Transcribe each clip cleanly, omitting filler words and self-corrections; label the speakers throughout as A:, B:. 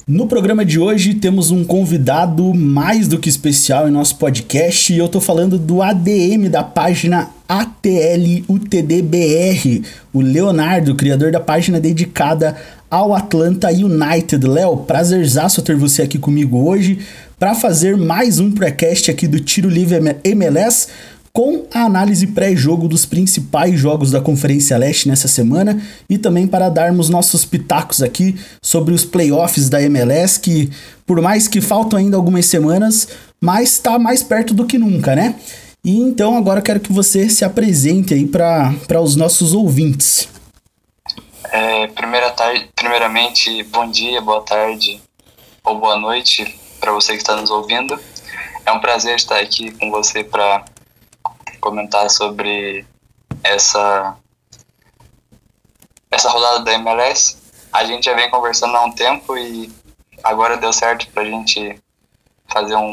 A: No programa de hoje temos um convidado mais do que especial em nosso podcast e eu tô falando do ADM da página ATLUTDBR, o Leonardo, criador da página dedicada ao Atlanta United. Léo, prazerzaço ter você aqui comigo hoje para fazer mais um pré-cast aqui do Tiro Livre MLS com a análise pré-jogo dos principais jogos da Conferência Leste nessa semana e também para darmos nossos pitacos aqui sobre os playoffs da MLS, que por mais que faltam ainda algumas semanas, mas está mais perto do que nunca, né? E então agora eu quero que você se apresente aí para os nossos ouvintes.
B: Primeiramente, bom dia, boa tarde ou boa noite para você que está nos ouvindo. É um prazer estar aqui com você para comentar sobre essa rodada da MLS. A gente já vem conversando há um tempo e agora deu certo pra gente fazer um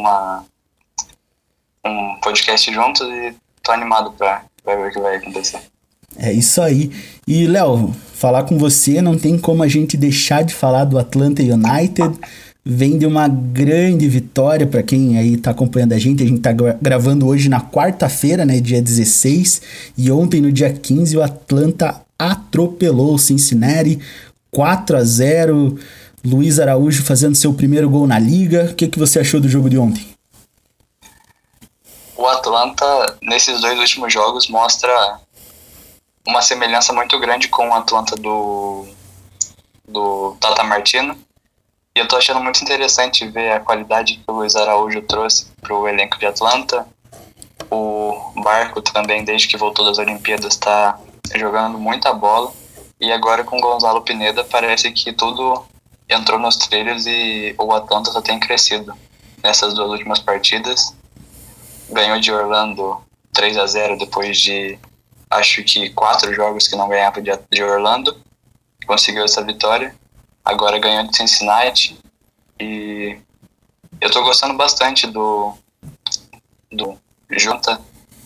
B: podcast juntos e tô animado pra ver o que vai acontecer.
A: É isso aí. E, Léo, falar com você, não tem como a gente deixar de falar do Atlanta United. Vem de uma grande vitória para quem aí tá acompanhando a gente tá gravando hoje na quarta-feira, né, dia 16, e ontem no dia 15 o Atlanta atropelou o Cincinnati 4-0, Luiz Araújo fazendo seu primeiro gol na liga. O que você achou do jogo de ontem?
B: O Atlanta, nesses dois últimos jogos, mostra uma semelhança muito grande com o Atlanta do Tata Martino. E eu tô achando muito interessante ver a qualidade que o Luiz Araújo trouxe pro elenco de Atlanta. O Barco também, desde que voltou das Olimpíadas, tá jogando muita bola. E agora com o Gonzalo Pineda parece que tudo entrou nos trilhos e o Atlanta só tem crescido. Nessas duas últimas partidas, ganhou de Orlando 3-0 depois de, acho que 4 jogos que não ganhava de Orlando. Conseguiu essa vitória. Agora ganhou de Cincinnati e eu tô gostando bastante do Junta.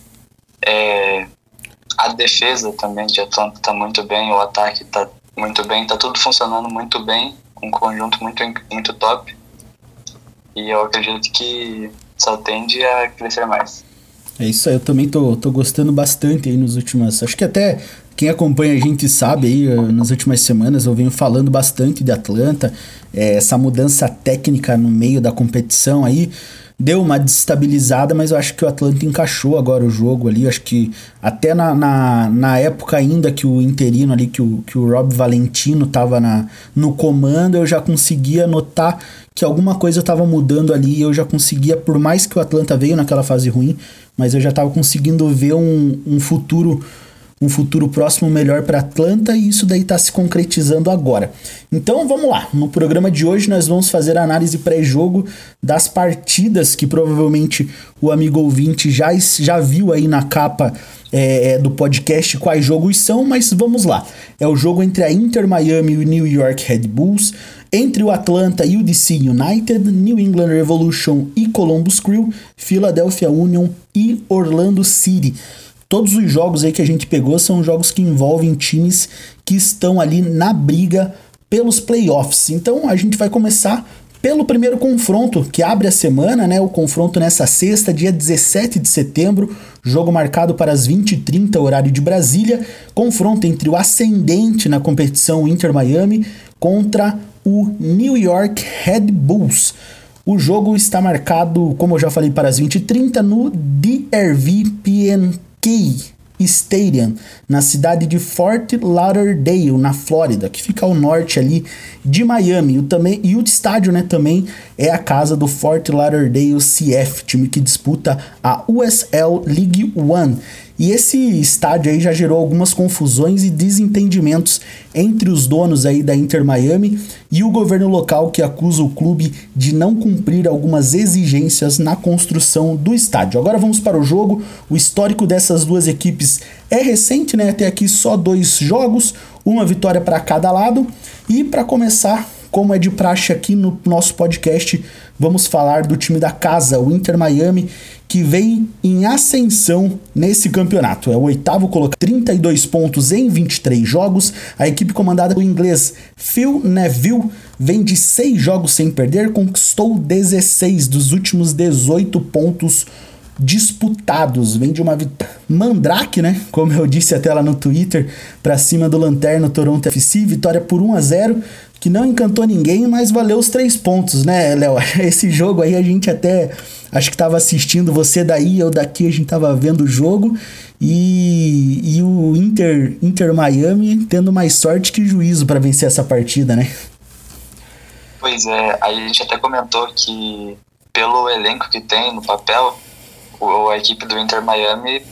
B: A defesa também de Atlanta tá muito bem, o ataque tá muito bem, tá tudo funcionando muito bem, um conjunto muito top. E eu acredito que só tende a crescer mais.
A: É isso aí, eu também tô gostando bastante aí nos últimos... Acho que até quem acompanha a gente sabe aí, nas últimas semanas eu venho falando bastante de Atlanta, essa mudança técnica no meio da competição aí, deu uma desestabilizada, mas eu acho que o Atlanta encaixou agora o jogo ali, eu acho que até na época ainda que o interino ali, que o Rob Valentino tava no comando, eu já conseguia notar que alguma coisa estava mudando ali, eu já conseguia, por mais que o Atlanta veio naquela fase ruim, mas eu já estava conseguindo ver um futuro próximo melhor para Atlanta e isso daí está se concretizando agora. Então vamos lá, no programa de hoje nós vamos fazer a análise pré-jogo das partidas que provavelmente o amigo ouvinte já viu aí na capa do podcast quais jogos são, mas vamos lá. É o jogo entre a Inter Miami e o New York Red Bulls, entre o Atlanta e o DC United, New England Revolution e Columbus Crew, Philadelphia Union e Orlando City. Todos os jogos aí que a gente pegou são jogos que envolvem times que estão ali na briga pelos playoffs. Então a gente vai começar pelo primeiro confronto que abre a semana, né? O confronto nessa sexta, dia 17 de setembro, jogo marcado para as 20h30, horário de Brasília. Confronto entre o ascendente na competição Inter Miami contra o New York Red Bulls. O jogo está marcado, como eu já falei, para as 20h30 no DRV-PNK Stadium, na cidade de Fort Lauderdale, na Flórida, que fica ao norte ali de Miami. E o estádio, né, também é a casa do Fort Lauderdale CF, time que disputa a USL League One. E esse estádio aí já gerou algumas confusões e desentendimentos entre os donos aí da Inter Miami e o governo local, que acusa o clube de não cumprir algumas exigências na construção do estádio. Agora vamos para o jogo. O histórico dessas duas equipes é recente, né? Até aqui só 2 jogos, uma vitória para cada lado. E para começar como é de praxe aqui no nosso podcast, vamos falar do time da casa, o Inter Miami, que vem em ascensão nesse campeonato. É o 8º colocado, 32 pontos em 23 jogos. A equipe comandada pelo inglês Phil Neville vem de 6 jogos sem perder, conquistou 16 dos últimos 18 pontos disputados. Vem de uma mandrake, né? Como eu disse até lá no Twitter, pra cima do Lanterna Toronto FC, vitória por 1-0, que não encantou ninguém, mas valeu os 3 pontos, né, Léo? Esse jogo aí a gente até, acho que tava assistindo, você daí, eu daqui, a gente tava vendo o jogo, e o Inter Miami tendo mais sorte que juízo para vencer essa partida, né?
B: Pois é, aí a gente até comentou que pelo elenco que tem no papel, a equipe do Inter Miami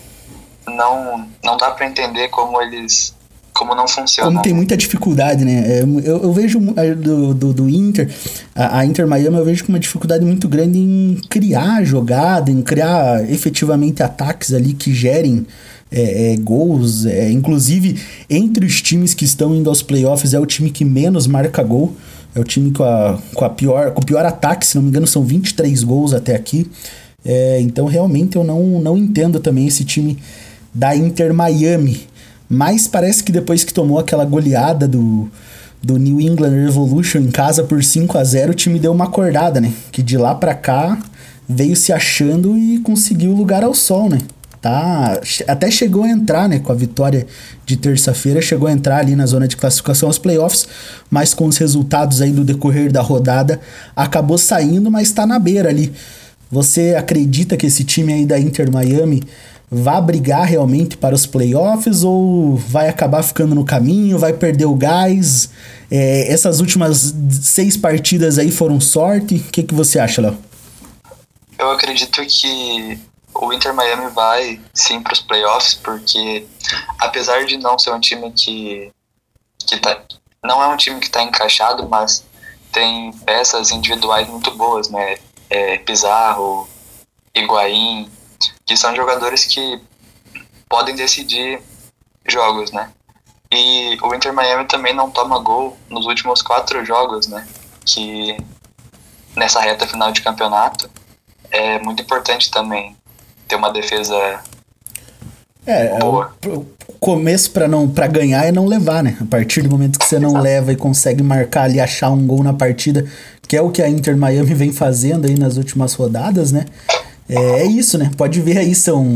B: não dá para entender como não funciona.
A: Como tem muita dificuldade, né? Eu vejo do Inter, a Inter Miami, eu vejo com uma dificuldade muito grande em criar jogada, em criar efetivamente ataques ali que gerem gols. Inclusive, entre os times que estão indo aos playoffs, é o time que menos marca gol. É o time com o pior ataque, se não me engano, são 23 gols até aqui. Então, realmente, eu não entendo também esse time da Inter Miami. Mas parece que depois que tomou aquela goleada do New England Revolution em casa por 5-0, o time deu uma acordada, né? Que de lá pra cá veio se achando e conseguiu lugar ao sol, né? Até chegou a entrar, né? Com a vitória de terça-feira, chegou a entrar ali na zona de classificação aos playoffs, mas com os resultados aí do decorrer da rodada, acabou saindo, mas tá na beira ali. Você acredita que esse time aí da Inter Miami vai brigar realmente para os playoffs ou vai acabar ficando no caminho, vai perder o gás? Essas últimas 6 partidas aí foram sorte? O que você acha, Léo?
B: Eu acredito que o Inter Miami vai sim para os playoffs, porque apesar de não ser um time que não é um time que está encaixado, mas tem peças individuais muito boas, né? Pizarro, Higuaín, que são jogadores que podem decidir jogos, né? E o Inter Miami também não toma gol nos últimos 4 jogos, né? Que nessa reta final de campeonato é muito importante também ter uma defesa boa.
A: O começo para ganhar é não levar, né? A partir do momento que você não leva e consegue marcar ali, achar um gol na partida, que é o que a Inter Miami vem fazendo aí nas últimas rodadas, né? É isso, né? Pode ver aí, são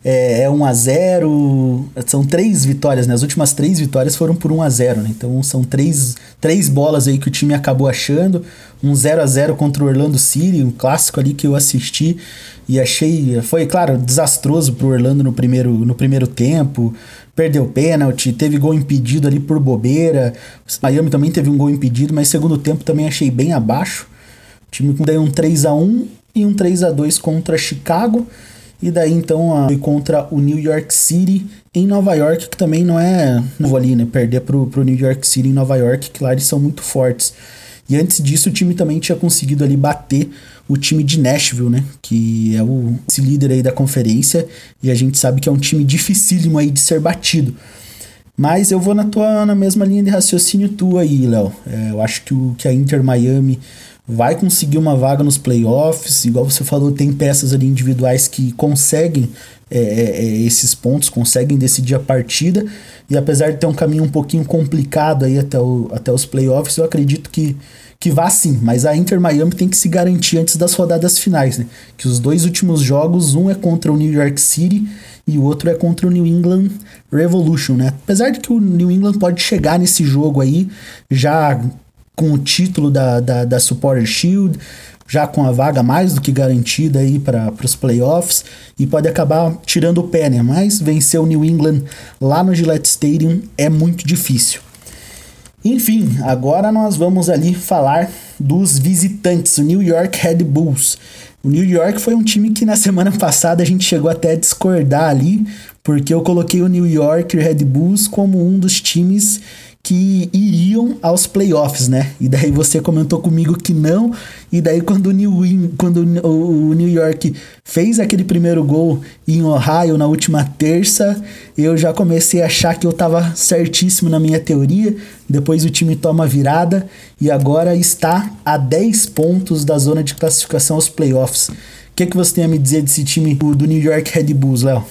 A: 1-0, são 3 vitórias, né? As últimas 3 vitórias foram por 1-0, né? Então são 3 bolas aí que o time acabou achando. 0-0 contra o Orlando City, um clássico ali que eu assisti e achei, foi claro, desastroso pro Orlando no primeiro tempo. Perdeu pênalti, teve gol impedido ali por bobeira. O Miami também teve um gol impedido, mas segundo tempo também achei bem abaixo. O time deu um 3-1 e um 3-2 contra Chicago. E daí então foi contra o New York City em Nova York, que também não é novo ali, né? Perder pro New York City em Nova York, que lá eles são muito fortes. E antes disso o time também tinha conseguido ali bater o time de Nashville, né? Que é esse líder aí da conferência. E a gente sabe que é um time dificílimo aí de ser batido. Mas eu vou na mesma linha de raciocínio tua aí, Léo. Eu acho que a Inter Miami vai conseguir uma vaga nos playoffs. Igual você falou, tem peças ali individuais que conseguem esses pontos, conseguem decidir a partida. E apesar de ter um caminho um pouquinho complicado aí até os playoffs, eu acredito que vá sim. Mas a Inter Miami tem que se garantir antes das rodadas finais, né? Que os 2 últimos jogos, um é contra o New York City e o outro é contra o New England Revolution, né? Apesar de que o New England pode chegar nesse jogo aí já com o título da Supporter Shield, já com a vaga mais do que garantida aí para os playoffs, e pode acabar tirando o pé, né? Mas vencer o New England lá no Gillette Stadium é muito difícil. Enfim, agora nós vamos ali falar dos visitantes, o New York Red Bulls. O New York foi um time que na semana passada a gente chegou até a discordar ali, porque eu coloquei o New York Red Bulls como um dos times que iriam aos playoffs, né? E daí você comentou comigo que não, e daí quando o New York fez aquele primeiro gol em Ohio na última terça, eu já comecei a achar que eu tava certíssimo na minha teoria. Depois o time toma virada e agora está a 10 pontos da zona de classificação aos playoffs. O que você tem a me dizer desse time do New York Red Bulls, Léo?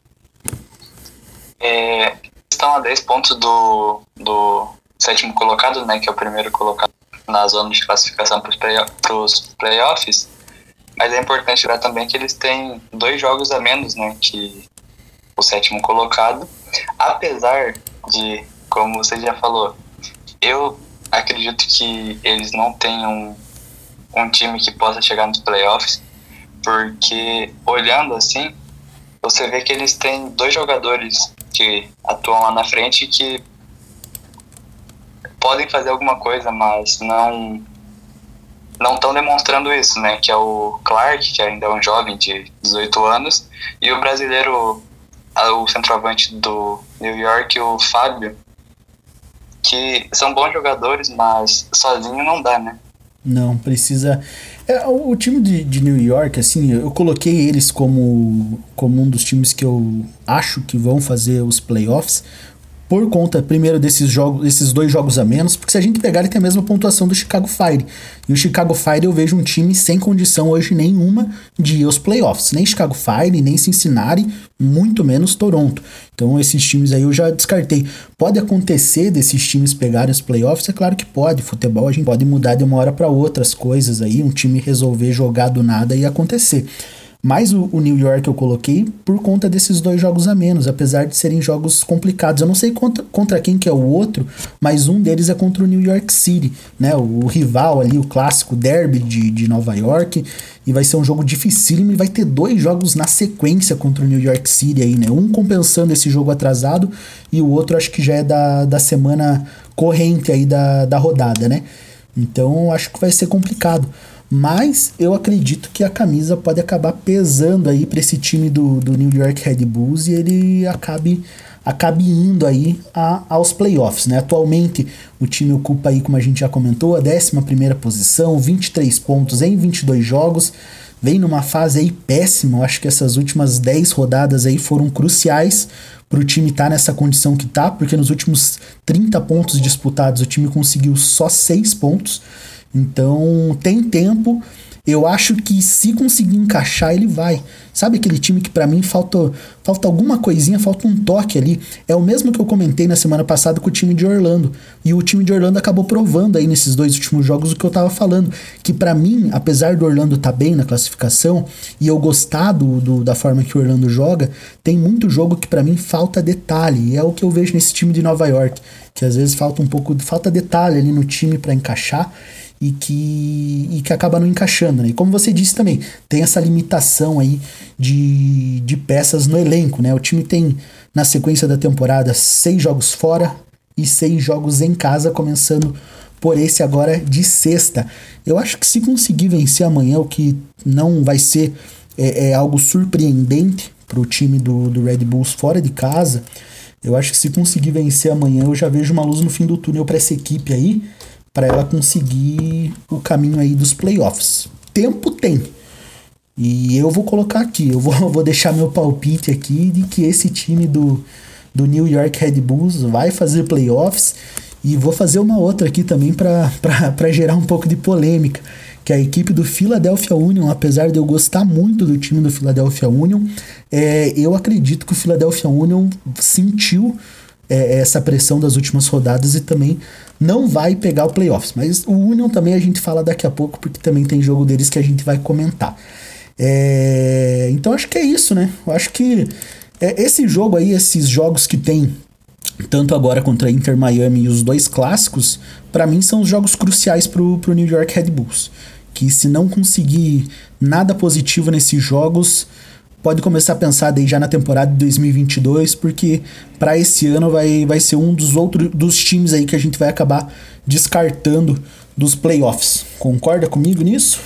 B: Estão a 10 pontos do sétimo colocado, né, que é o primeiro colocado na zona de classificação para os playoffs, mas é importante lembrar também que eles têm 2 jogos a menos, né, que o sétimo colocado, apesar de, como você já falou, eu acredito que eles não tenham um time que possa chegar nos playoffs, porque olhando assim, você vê que eles têm 2 jogadores que atuam lá na frente que podem fazer alguma coisa, mas não estão demonstrando isso, né? Que é o Clark, que ainda é um jovem de 18 anos, e o brasileiro, o centroavante do New York, o Fábio, que são bons jogadores, mas sozinho não dá, né?
A: Não, precisa... o time de New York, assim, eu coloquei eles como um dos times que eu acho que vão fazer os playoffs, por conta, primeiro, desses 2 jogos a menos, porque se a gente pegar, ele tem a mesma pontuação do Chicago Fire. E o Chicago Fire eu vejo um time sem condição hoje nenhuma de ir aos playoffs. Nem Chicago Fire, nem Cincinnati, muito menos Toronto. Então esses times aí eu já descartei. Pode acontecer desses times pegarem os playoffs? É claro que pode. Futebol a gente pode mudar de uma hora para outra as coisas aí, um time resolver jogar do nada e acontecer. Mas o New York eu coloquei por conta desses 2 jogos a menos, apesar de serem jogos complicados. Eu não sei contra quem que é o outro, mas um deles é contra o New York City, né? O rival ali, o clássico derby de Nova York. E vai ser um jogo dificílimo e vai ter 2 jogos na sequência contra o New York City aí, né? Um compensando esse jogo atrasado e o outro acho que já é da semana corrente aí da rodada, né? Então acho que vai ser complicado. Mas eu acredito que a camisa pode acabar pesando aí para esse time do New York Red Bulls e ele acabe indo aí aos playoffs, né? Atualmente o time ocupa aí, como a gente já comentou, a 11ª posição, 23 pontos em 22 jogos, vem numa fase aí péssima. Eu acho que essas últimas 10 rodadas aí foram cruciais para o time estar nessa condição que tá, porque nos últimos 30 pontos disputados o time conseguiu só 6 pontos. Então tem tempo, eu acho que se conseguir encaixar ele vai. Sabe aquele time que pra mim falta alguma coisinha, falta um toque ali. É o mesmo que eu comentei na semana passada com o time de Orlando. E o time de Orlando acabou provando aí nesses 2 últimos jogos o que eu tava falando. Que pra mim, apesar do Orlando tá bem na classificação e eu gostar da forma que o Orlando joga, tem muito jogo que pra mim falta detalhe. E é o que eu vejo nesse time de Nova York. Que às vezes falta detalhe ali no time pra encaixar. E que acaba não encaixando, né? E como você disse também, tem essa limitação aí de peças no elenco, né? O time tem, na sequência da temporada, 6 jogos fora e 6 jogos em casa, começando por esse agora de sexta. Eu acho que se conseguir vencer amanhã, o que não vai ser algo surpreendente pro time do Red Bulls fora de casa, eu acho que se conseguir vencer amanhã, eu já vejo uma luz no fim do túnel para essa equipe aí, para ela conseguir o caminho aí dos playoffs. Tempo tem. E eu vou colocar aqui, eu vou deixar meu palpite aqui de que esse time do New York Red Bulls vai fazer playoffs. E vou fazer uma outra aqui também para gerar um pouco de polêmica, que a equipe do Philadelphia Union, apesar de eu gostar muito do time do Philadelphia Union, eu acredito que o Philadelphia Union sentiu essa pressão das últimas rodadas e também não vai pegar o playoffs. Mas o Union também a gente fala daqui a pouco, porque também tem jogo deles que a gente vai comentar. Então acho que é isso, né? Eu acho que esse jogo aí, esses jogos que tem tanto agora contra Inter Miami e os 2 clássicos, para mim são os jogos cruciais pro New York Red Bulls, que se não conseguir nada positivo nesses jogos, pode começar a pensar daí já na temporada de 2022, porque para esse ano vai ser um dos times aí que a gente vai acabar descartando dos playoffs. Concorda comigo nisso?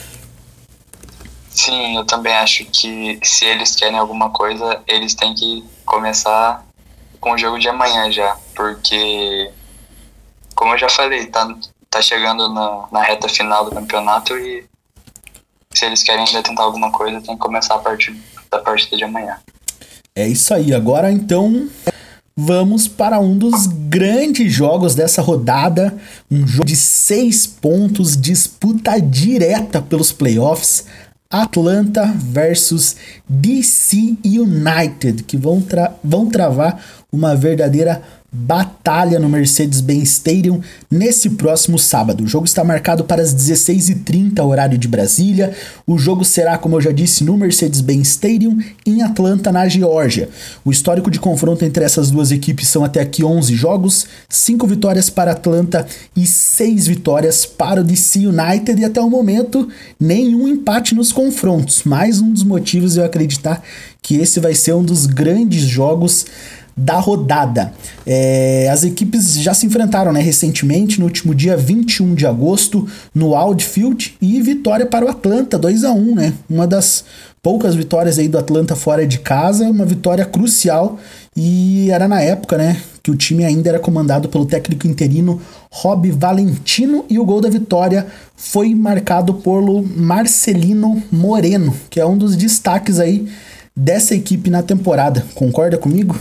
B: Sim, eu também acho que se eles querem alguma coisa, eles têm que começar com o jogo de amanhã já, porque como eu já falei, tá chegando na reta final do campeonato e se eles querem ainda tentar alguma coisa, tem que começar a partir da partida de amanhã.
A: É isso aí. Agora, então, vamos para um dos grandes jogos dessa rodada. Um jogo de 6 pontos, disputa direta pelos playoffs. Atlanta versus DC United, que vão travar uma verdadeira batalha no Mercedes-Benz Stadium nesse próximo sábado. O jogo está marcado para as 16h30, horário de Brasília. O jogo será, como eu já disse, no Mercedes-Benz Stadium, em Atlanta, na Geórgia. O histórico de confronto entre essas duas equipes são até aqui 11 jogos, 5 vitórias para Atlanta e 6 vitórias para o DC United, e até o momento nenhum empate nos confrontos. Mais um dos motivos eu acreditar que esse vai ser um dos grandes jogos da rodada. As equipes já se enfrentaram, né, recentemente, no último dia 21 de agosto, no Audi Field, e vitória para o Atlanta, 2-1, né? Uma das poucas vitórias aí do Atlanta fora de casa, uma vitória crucial, e era na época, né, que o time ainda era comandado pelo técnico interino Rob Valentino, e o gol da vitória foi marcado por Marcelino Moreno, que é um dos destaques aí dessa equipe na temporada. Concorda comigo?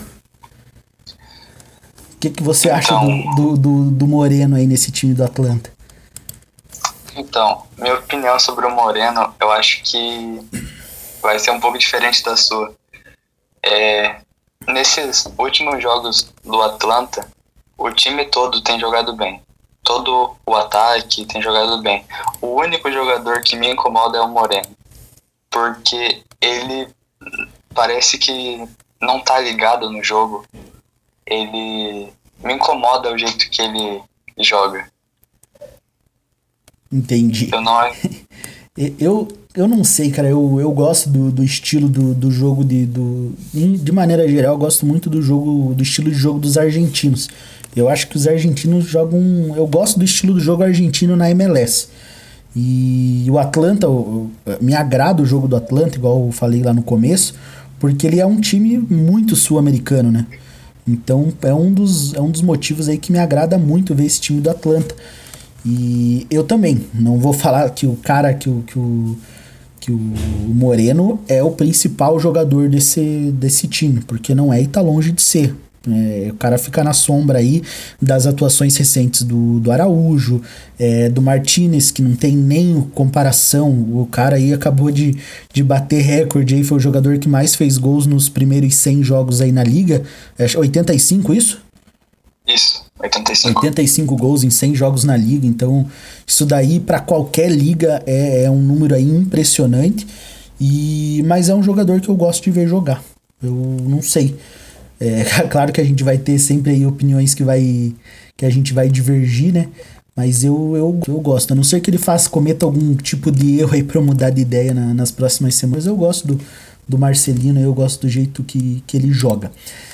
A: O que você acha do Moreno aí nesse time do Atlanta?
B: Então, minha opinião sobre o Moreno, eu acho que vai ser um pouco diferente da sua. Nesses últimos jogos do Atlanta, o time todo tem jogado bem. Todo o ataque tem jogado bem. O único jogador que me incomoda é o Moreno, porque ele parece que não tá ligado no jogo. Ele me incomoda o jeito que ele joga.
A: Entendi. Eu não sei, cara. Eu gosto do estilo do jogo de maneira geral. Eu gosto muito do estilo de jogo dos argentinos. Eu acho que os argentinos jogam. Eu gosto do estilo do jogo argentino na MLS. E o Atlanta, me agrada o jogo do Atlanta, igual eu falei lá no começo, porque ele é um time muito sul-americano, né? Então é um dos motivos aí que me agrada muito ver esse time do Atlanta. E eu também não vou falar que o cara que o Moreno é o principal jogador desse time, porque não é, e tá longe de ser. O cara fica na sombra aí das atuações recentes do Araújo, do Martinez, que não tem nem comparação. O cara aí acabou de bater recorde aí, foi o jogador que mais fez gols nos primeiros 100 jogos aí na liga. 85, isso?
B: Isso, 85.
A: 85 gols em 100 jogos na liga. Então isso daí para qualquer liga é um número aí impressionante. Mas é um jogador que eu gosto de ver jogar. Eu não sei. Claro que a gente vai ter sempre aí opiniões que a gente vai divergir, né? Mas eu gosto. A não ser que ele cometa algum tipo de erro aí pra mudar de ideia nas próximas semanas. Eu gosto do Marcelino, eu gosto do jeito que ele joga.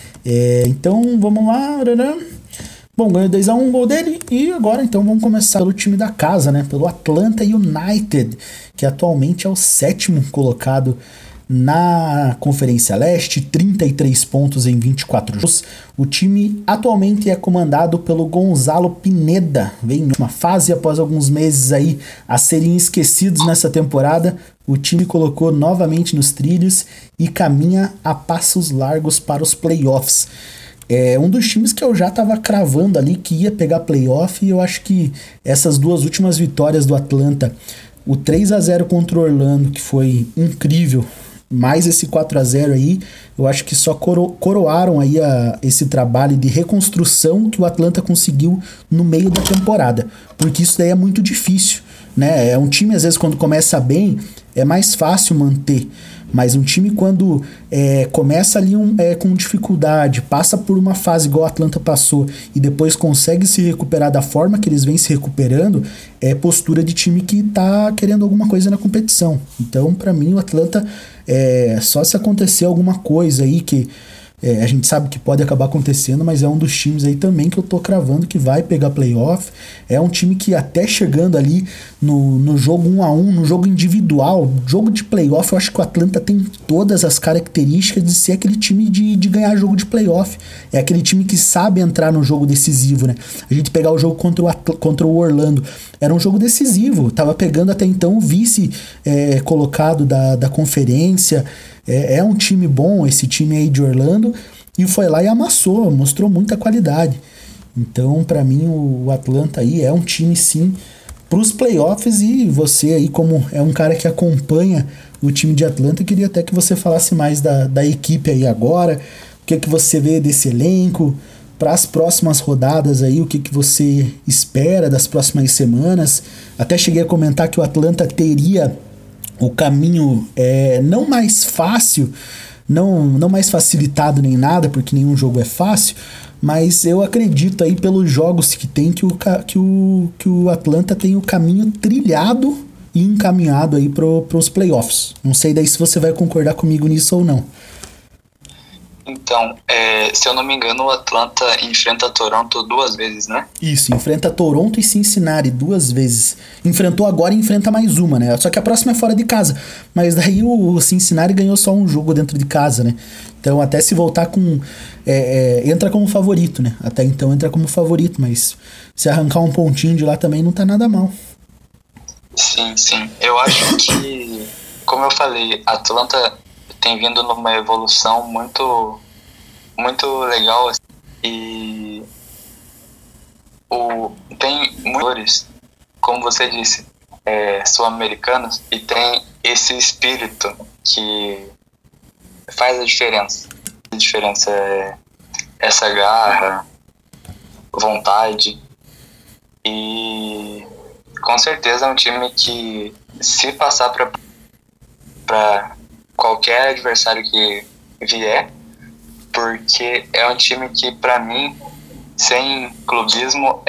A: Então, vamos lá. Bom, ganhou 2-1 o gol dele. E agora, então, vamos começar pelo time da casa, né? Pelo Atlanta United, que atualmente é o 7º colocado na Conferência Leste, 33 pontos em 24 jogos. O time atualmente é comandado pelo Gonzalo Pineda. Vem numa fase após alguns meses aí a serem esquecidos nessa temporada. O time colocou novamente nos trilhos e caminha a passos largos para os playoffs. É um dos times que eu já estava cravando ali que ia pegar playoff, e eu acho que essas duas últimas vitórias do Atlanta, o 3-0 contra o Orlando, que foi incrível, mais esse 4-0 aí, eu acho que só coroaram aí esse trabalho de reconstrução que o Atlanta conseguiu no meio da temporada, porque isso daí é muito difícil, né? É um time, às vezes, quando começa bem, é mais fácil manter, mas um time quando começa ali com dificuldade, passa por uma fase igual a Atlanta passou e depois consegue se recuperar da forma que eles vêm se recuperando, é postura de time que tá querendo alguma coisa na competição. Então, pra mim, o Atlanta, só se acontecer alguma coisa aí que A gente sabe que pode acabar acontecendo, mas é um dos times aí também que eu tô cravando que vai pegar playoff. É um time que até chegando ali no jogo 1-1, no jogo individual, jogo de playoff, eu acho que o Atlanta tem todas as características de ser aquele time de ganhar jogo de playoff. É aquele time que sabe entrar no jogo decisivo, né? A gente pegar o jogo contra o Orlando, era um jogo decisivo, tava pegando até então o vice colocado da conferência. É um time bom, esse time aí de Orlando, e foi lá e amassou, mostrou muita qualidade. Então, pra mim, o Atlanta aí é um time, sim, pros playoffs, e você aí, como é um cara que acompanha o time de Atlanta, eu queria até que você falasse mais da equipe aí agora, o que você vê desse elenco, para as próximas rodadas aí, o que você espera das próximas semanas. Até cheguei a comentar que o Atlanta teria o caminho não mais fácil, não mais facilitado nem nada, porque nenhum jogo é fácil, mas eu acredito aí pelos jogos que tem que o Atlanta tem o caminho trilhado e encaminhado aí pros playoffs. Não sei daí se você vai concordar comigo nisso ou não.
B: Então, se eu não me engano, o Atlanta enfrenta Toronto 2 vezes, né?
A: Isso, enfrenta Toronto e Cincinnati 2 vezes. Enfrentou agora e enfrenta mais uma, né? Só que a próxima é fora de casa. Mas daí o Cincinnati ganhou só um jogo dentro de casa, né? Então até se voltar com... entra como favorito, né? Até então entra como favorito, mas se arrancar um pontinho de lá também não tá nada mal.
B: Sim, sim. Eu acho que, como eu falei, a Atlanta tem vindo numa evolução muito, muito legal, assim, e tem muitos, como você disse, sul-americanos, e tem esse espírito que faz a diferença. A diferença é essa garra, vontade, e com certeza é um time que, se passar para qualquer adversário que vier, porque é um time que, para mim, sem clubismo,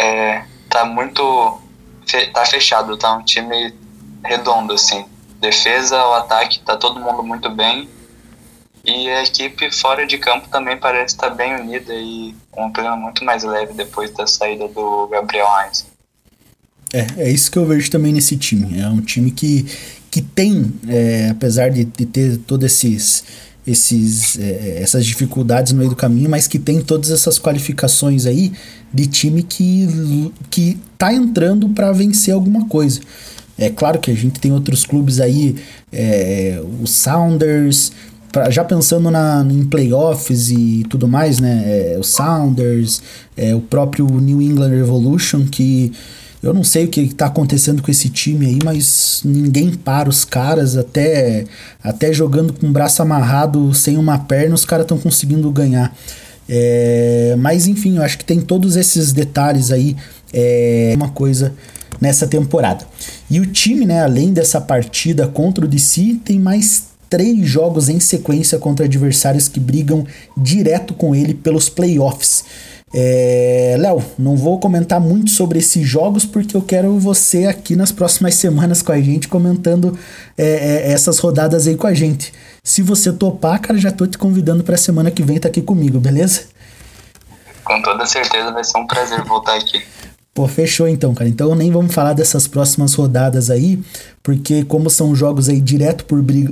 B: tá fechado, tá um time redondo, assim. Defesa, o ataque, tá todo mundo muito bem, e a equipe fora de campo também parece estar bem unida e um clima muito mais leve depois da saída do Gabriel Heinz.
A: É isso que eu vejo também nesse time. É um time que tem, apesar de ter todas essas dificuldades no meio do caminho, mas que tem todas essas qualificações aí de time que tá entrando para vencer alguma coisa. É claro que a gente tem outros clubes aí, o Sounders, já pensando em playoffs e tudo mais, né? O Sounders, o próprio New England Revolution, que eu não sei o que tá acontecendo com esse time aí, mas ninguém para os caras, até jogando com o braço amarrado, sem uma perna, os caras estão conseguindo ganhar. Mas enfim, eu acho que tem todos esses detalhes aí, uma coisa nessa temporada. E o time, né, além dessa partida contra o DC, tem mais 3 jogos em sequência contra adversários que brigam direto com ele pelos playoffs. Léo, não vou comentar muito sobre esses jogos porque eu quero você aqui nas próximas semanas com a gente comentando essas rodadas aí com a gente. Se você topar, cara, já tô te convidando pra semana que vem tá aqui comigo, beleza?
B: Com toda certeza vai ser um prazer voltar aqui.
A: Pô, fechou então, cara. Então nem vamos falar dessas próximas rodadas aí, porque como são jogos aí direto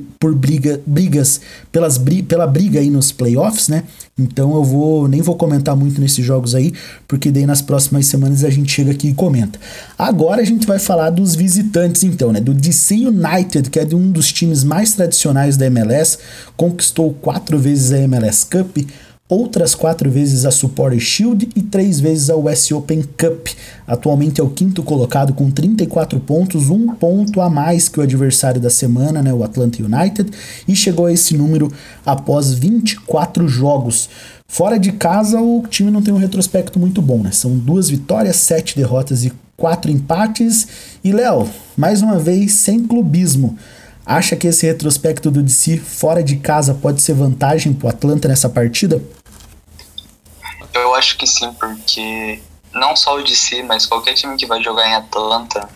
A: brigas pela briga aí nos playoffs, né? Então nem vou comentar muito nesses jogos aí, porque daí nas próximas semanas a gente chega aqui e comenta. Agora a gente vai falar dos visitantes então, né? Do DC United, que é de um dos times mais tradicionais da MLS, conquistou 4 vezes a MLS Cup, outras 4 vezes a Supporters Shield e 3 vezes a US Open Cup. Atualmente é o 5º colocado com 34 pontos, 1 ponto a mais que o adversário da semana, né, o Atlanta United, e chegou a esse número após 24 jogos. Fora de casa, o time não tem um retrospecto muito bom, né? São 2 vitórias, 7 derrotas e 4 empates. E, Léo, mais uma vez, sem clubismo, acha que esse retrospecto do DC fora de casa pode ser vantagem pro Atlanta nessa partida?
B: Eu acho que sim, porque não só o DC, mas qualquer time que vai jogar em Atlanta,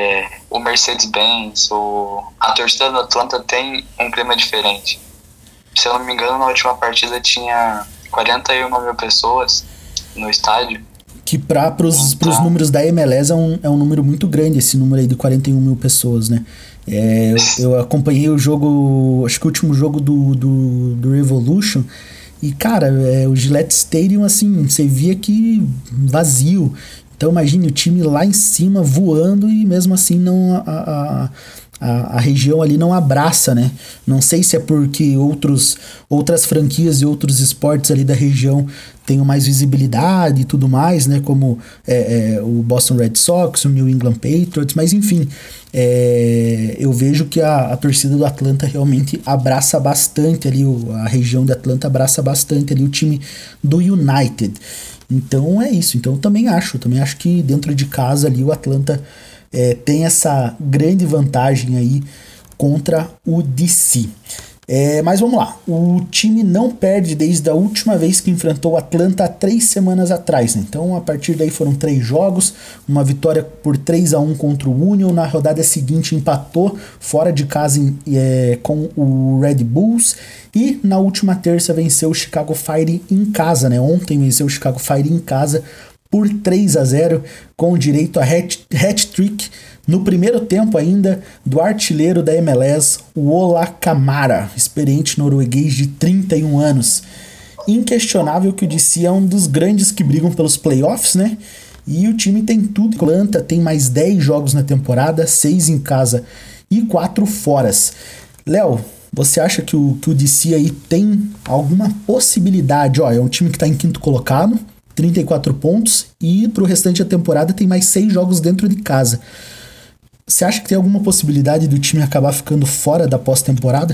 B: o Mercedes-Benz, a torcida do Atlanta tem um clima diferente. se eu não me engano, na última partida tinha 41 mil pessoas no estádio.
A: Que pros números da MLS é um número muito grande, esse número aí de 41 mil pessoas, né? Eu acompanhei o jogo, acho que o último jogo do Revolution, e cara, o Gillette Stadium, assim, você via que vazio. Então imagine o time lá em cima voando e mesmo assim não a região ali não abraça, né? Não sei se é porque outras franquias e outros esportes ali da região tenham mais visibilidade e tudo mais, né? Como o Boston Red Sox, o New England Patriots, mas enfim, eu vejo que a torcida do Atlanta realmente abraça bastante ali, a região de Atlanta abraça bastante ali o time do United. Então é isso. Então eu também acho que dentro de casa ali o Atlanta tem essa grande vantagem aí contra o DC. Mas vamos lá, o time não perde desde a última vez que enfrentou o Atlanta há 3 semanas atrás, né? Então a partir daí foram 3 jogos, uma vitória por 3-1 contra o Union, na rodada seguinte empatou fora de casa com o Red Bulls, e na última terça venceu o Chicago Fire em casa, né? Ontem venceu o Chicago Fire em casa por 3-0, com direito a hat-trick no primeiro tempo ainda do artilheiro da MLS, o Ola Kamara, experiente norueguês de 31 anos. Inquestionável que o DC é um dos grandes que brigam pelos playoffs, né? E o time tem tudo. Atlanta tem mais 10 jogos na temporada, 6 em casa e 4 foras. Léo, você acha que o DC aí tem alguma possibilidade? É um time que está em quinto colocado, 34 pontos, e pro restante da temporada tem mais 6 jogos dentro de casa. Você acha que tem alguma possibilidade do time acabar ficando fora da pós-temporada?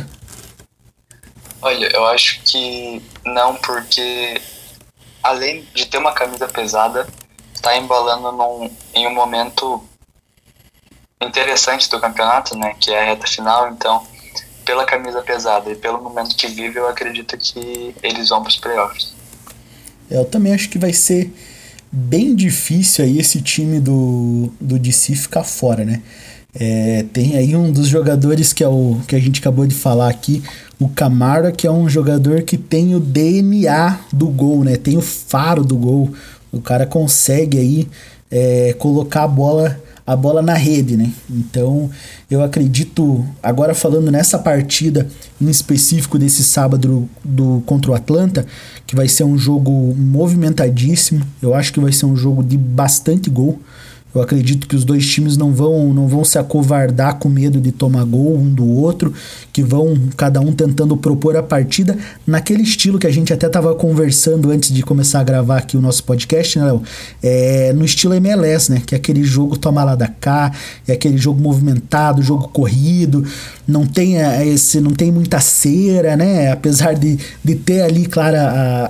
B: Olha, eu acho que não, porque além de ter uma camisa pesada, tá embalando em um momento interessante do campeonato, né, que é a reta final. Então, pela camisa pesada e pelo momento que vive, eu acredito que eles vão pros playoffs.
A: Eu também acho que vai ser bem difícil aí esse time do DC ficar fora, né? Tem aí um dos jogadores que que a gente acabou de falar aqui, o Kamara, que é um jogador que tem o DNA do gol, né? Tem o faro do gol. O cara consegue aí colocar a bola na rede, né? Então eu acredito, agora falando nessa partida em específico desse sábado contra o Atlanta, que vai ser um jogo movimentadíssimo. Eu acho que vai ser um jogo de bastante gol. Eu acredito que os dois times não vão se acovardar com medo de tomar gol um do outro, que vão cada um tentando propor a partida naquele estilo que a gente até estava conversando antes de começar a gravar aqui o nosso podcast, né, Léo? No estilo MLS, né? Que é aquele jogo toma lá da cá, é aquele jogo movimentado, jogo corrido, não tem muita cera, né? Apesar de ter ali, claro,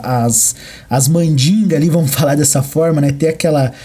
A: as mandingas ali, vamos falar dessa forma, né? Ter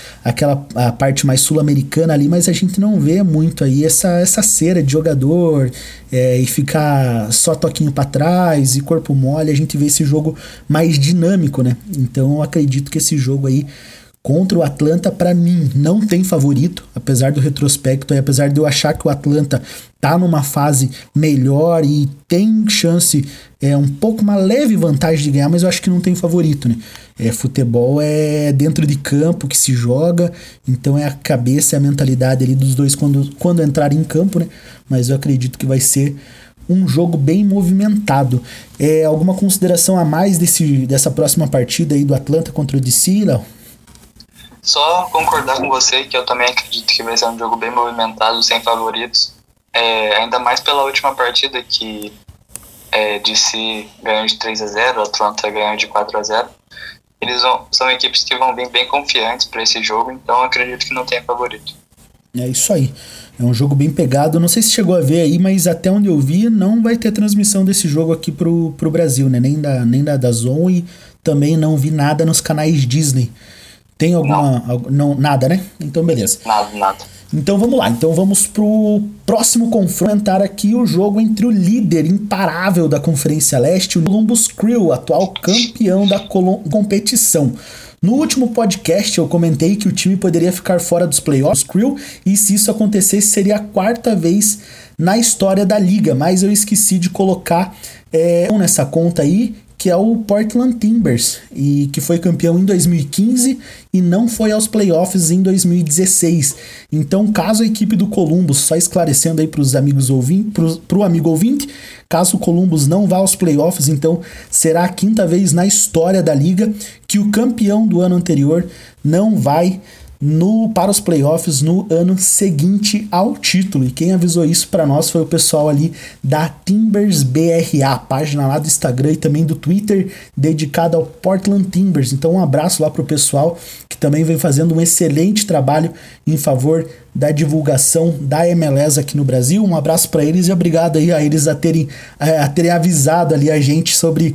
A: a parte mais sul-americana ali, mas a gente não vê muito aí essa cera de jogador e ficar só toquinho pra trás e corpo mole. A gente vê esse jogo mais dinâmico, né? Então eu acredito que esse jogo aí contra o Atlanta, pra mim, não tem favorito, apesar do retrospecto e apesar de eu achar que o Atlanta tá numa fase melhor e tem chance, um pouco uma leve vantagem de ganhar, mas eu acho que não tem favorito, né? Futebol é dentro de campo que se joga, então é a cabeça e a mentalidade ali dos dois quando entrarem em campo, né? Mas eu acredito que vai ser um jogo bem movimentado. Alguma consideração a mais dessa próxima partida aí do Atlanta contra o DC, Léo?
B: Só concordar com você que eu também acredito que vai ser um jogo bem movimentado, sem favoritos. Ainda mais pela última partida que DC ganhou de 3-0, Atlanta ganhou de 4-0. São equipes que vão vir bem confiantes para esse jogo, então eu acredito que não tem favorito. É
A: isso aí. É um jogo bem pegado. Não sei se chegou a ver aí, mas até onde eu vi, não vai ter transmissão desse jogo aqui pro Brasil, né? Nem da DAZN, e também não vi nada nos canais Disney. Tem alguma... Não, nada, né? Então, beleza.
B: Nada.
A: Então, vamos lá. Então, vamos pro próximo confrontar aqui o jogo entre o líder imparável da Conferência Leste, o Columbus Crew, atual campeão da competição. No último podcast, eu comentei que o time poderia ficar fora dos playoffs, Crew, e se isso acontecesse, seria a 4ª vez na história da liga, mas eu esqueci de colocar nessa conta aí, que é o Portland Timbers, e que foi campeão em 2015 e não foi aos playoffs em 2016. Então, caso a equipe do Columbus, só esclarecendo aí para os amigos ouvintes, para o amigo ouvinte, caso o Columbus não vá aos playoffs, então será a quinta vez na história da liga que o campeão do ano anterior não vai para os playoffs no ano seguinte ao título. E quem avisou isso para nós foi o pessoal ali da Timbers BRA, página lá do Instagram e também do Twitter dedicada ao Portland Timbers. Então um abraço lá pro pessoal que também vem fazendo um excelente trabalho em favor da divulgação da MLS aqui no Brasil. Um abraço para eles e obrigado aí a eles a terem avisado ali a gente sobre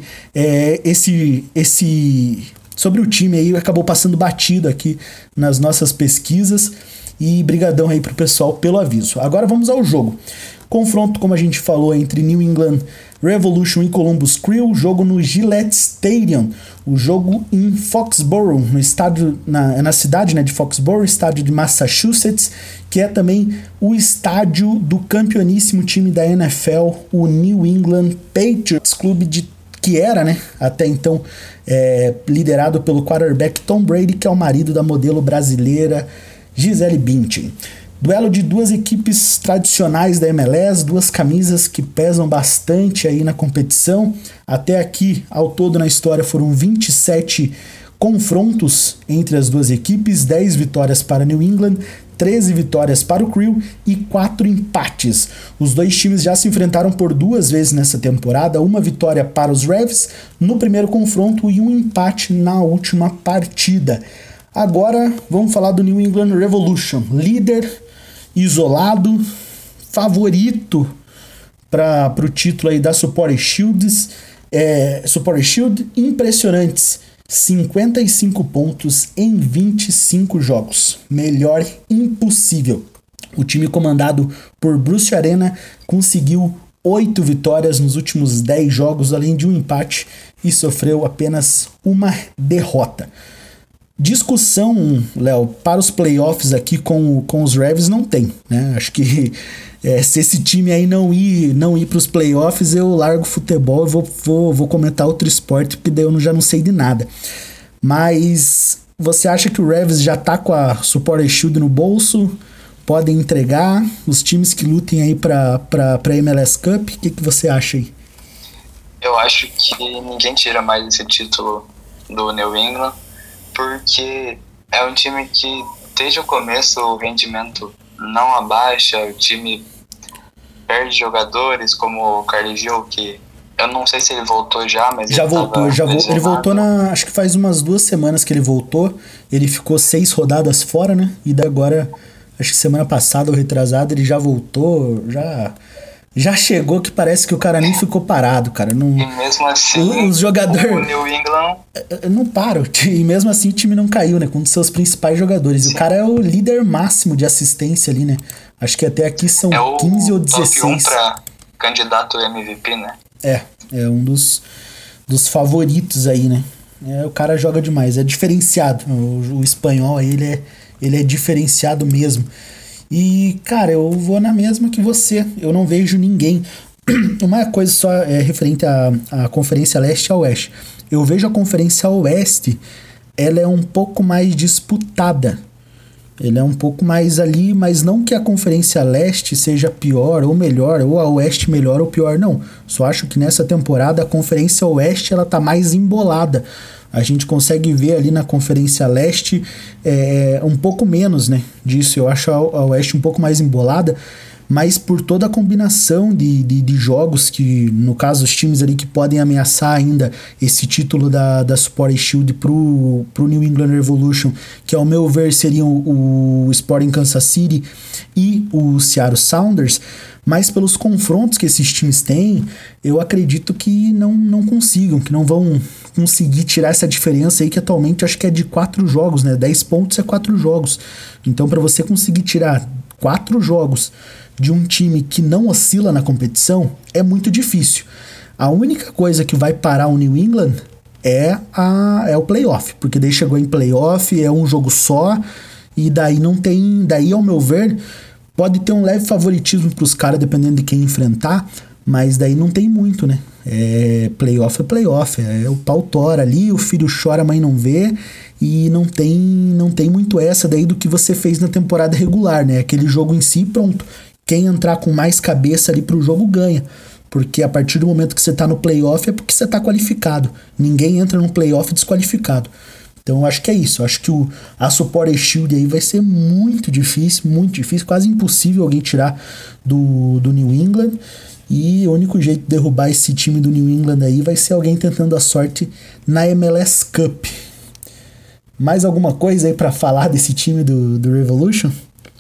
A: sobre o time aí, acabou passando batido aqui nas nossas pesquisas, e brigadão aí pro pessoal pelo aviso. Agora vamos ao jogo. Confronto, como a gente falou, entre New England Revolution e Columbus Crew, jogo no Gillette Stadium, o jogo em Foxborough, no estádio, na cidade, né, de Foxborough, estádio de Massachusetts, que é também o estádio do campeoníssimo time da NFL, o New England Patriots, que era, né, até então liderado pelo quarterback Tom Brady, que é o marido da modelo brasileira Gisele Bündchen. Duelo de duas equipes tradicionais da MLS, duas camisas que pesam bastante aí na competição. Até aqui, ao todo na história, foram 27 confrontos entre as duas equipes, 10 vitórias para New England, 13 vitórias para o Crew e 4 empates. Os dois times já se enfrentaram por 2 vezes nessa temporada, uma vitória para os Revs no primeiro confronto e um empate na última partida. Agora vamos falar do New England Revolution, líder, isolado, favorito para o título aí da Supporter Shield, impressionantes. 55 pontos em 25 jogos. Melhor impossível. O time comandado por Bruce Arena conseguiu 8 vitórias nos últimos 10 jogos, além de um empate, e sofreu apenas uma derrota. Discussão, Léo, para os playoffs aqui com os Revs não tem, né? Acho que se esse time aí não ir para os playoffs, eu largo futebol e vou comentar outro esporte, porque daí eu já não sei de nada. Mas você acha que o Revs já tá com a Supporter Shield no bolso? Podem entregar os times que lutem aí para MLS Cup? O que você acha aí?
B: Eu acho que ninguém tira mais esse título do New England, porque é um time que desde o começo o rendimento não abaixa, o time perde jogadores como o Carly Gil, que eu não sei se ele voltou já, mas
A: ele voltou acho que faz umas 2 semanas que ele voltou, ele ficou 6 rodadas fora, né, e daí agora, acho que semana passada ou retrasada, ele já voltou, já chegou, que parece que o cara nem ficou parado, cara. Não,
B: e mesmo assim,
A: os jogadores,
B: o New England
A: não param. E mesmo assim o time não caiu, né? Com um dos seus principais jogadores. E o cara é o líder máximo de assistência ali, né? Acho que até aqui são 15 ou 16.
B: É o top 1 pra candidato MVP, né?
A: É um dos favoritos aí, né? O cara joga demais, é diferenciado. O espanhol aí, ele é diferenciado mesmo. E, cara, eu vou na mesma que você. Eu não vejo ninguém. Uma coisa só referente à Conferência Leste e a Oeste. Eu vejo a Conferência Oeste, ela é um pouco mais disputada. Ele é um pouco mais ali, mas não que a Conferência Leste seja pior ou melhor, ou a Oeste melhor ou pior, não. Só acho que nessa temporada a Conferência Oeste ela tá mais embolada. A gente consegue ver ali na Conferência Leste um pouco menos, né, disso. Eu acho a Oeste um pouco mais embolada, mas por toda a combinação de jogos que, no caso, os times ali que podem ameaçar ainda esse título da Supporter Shield pro New England Revolution, que ao meu ver seriam o Sporting Kansas City e o Seattle Sounders, mas pelos confrontos que esses times têm, eu acredito que não consigam, que não vão conseguir tirar essa diferença aí, que atualmente acho que é de 4 jogos, né? 10 pontos é 4 jogos. Então, para você conseguir tirar 4 jogos de um time que não oscila na competição, é muito difícil. A única coisa que vai parar o New England é o playoff, porque daí chegou em playoff, é um jogo só, e daí não tem, daí ao meu ver, pode ter um leve favoritismo para os caras, dependendo de quem enfrentar, mas daí não tem muito, né? Playoff é playoff, o pau tora ali, o filho chora, a mãe não vê, e não tem muito essa daí do que você fez na temporada regular, né? Aquele jogo em si, pronto. Quem entrar com mais cabeça ali pro jogo ganha. Porque a partir do momento que você tá no playoff é porque você tá qualificado. Ninguém entra no playoff desqualificado. Então eu acho que é isso. Eu acho que a Supporter Shield aí vai ser muito difícil, quase impossível alguém tirar do New England. E o único jeito de derrubar esse time do New England aí vai ser alguém tentando a sorte na MLS Cup. Mais alguma coisa aí pra falar desse time do Revolution?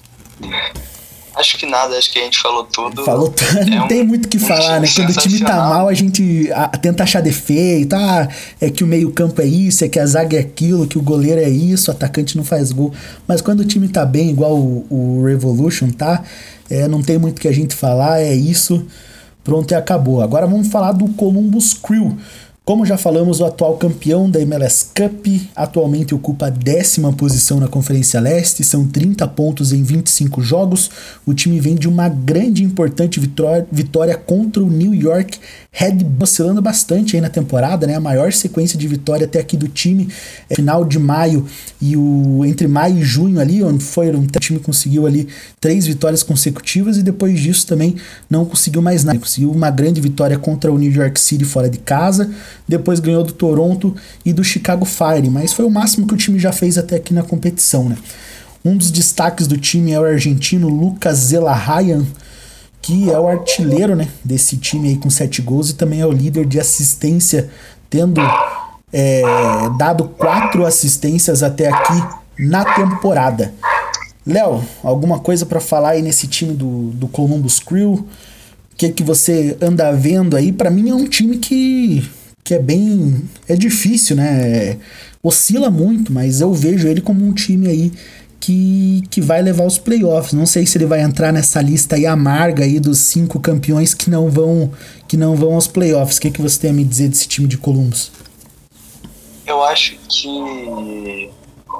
B: Acho que nada, acho que a gente falou tudo.
A: Não tem muito o que falar, né? Quando o time tá mal, a gente tenta achar defeito. É que o meio-campo é isso, é que a zaga é aquilo, que o goleiro é isso, o atacante não faz gol. Mas quando o time tá bem, igual o Revolution tá, não tem muito o que a gente falar, é isso. Pronto, e acabou. Agora vamos falar do Columbus Crew. Como já falamos, o atual campeão da MLS Cup atualmente ocupa a 10ª posição na Conferência Leste, são 30 pontos em 25 jogos. O time vem de uma grande e importante vitória contra o New York Red Bull, oscilando bastante aí na temporada, né? A maior sequência de vitória até aqui do time, final de maio e entre maio e junho ali, onde o time conseguiu ali 3 vitórias consecutivas e depois disso também não conseguiu mais nada. Conseguiu uma grande vitória contra o New York City fora de casa, depois ganhou do Toronto e do Chicago Fire, mas foi o máximo que o time já fez até aqui na competição, né? Um dos destaques do time é o argentino Lucas Zelarayan, que é o artilheiro, né, desse time aí com 7 gols e também é o líder de assistência, tendo dado 4 assistências até aqui na temporada. Léo, alguma coisa para falar aí nesse time do Columbus Crew? O que você anda vendo aí? Para mim é um time que é difícil, né? Oscila muito, mas eu vejo ele como um time aí que vai levar os playoffs. Não sei se ele vai entrar nessa lista aí amarga aí dos 5 campeões que não vão aos playoffs. O que você tem a me dizer desse time de Columbus?
B: Eu acho que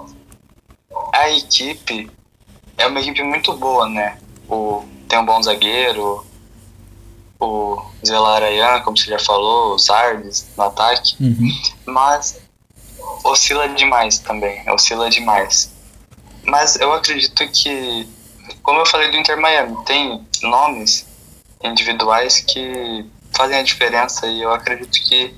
B: a equipe é uma equipe muito boa, né? Tem um bom zagueiro, o Zelarayan, como você já falou, o Sardes no ataque, mas oscila demais. Mas eu acredito que, como eu falei do Inter Miami, tem nomes individuais que fazem a diferença e eu acredito que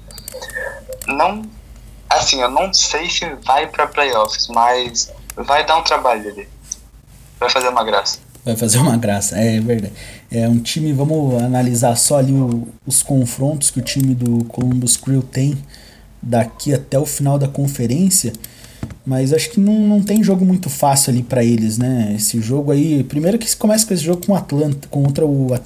B: eu não sei se vai para playoffs, mas vai dar um trabalho ali, vai fazer uma graça.
A: Vai fazer uma graça, é verdade. É um time, vamos analisar só ali os confrontos que o time do Columbus Crew tem daqui até o final da conferência, mas acho que não tem jogo muito fácil ali pra eles, né? Esse jogo aí, primeiro que se começa com esse jogo contra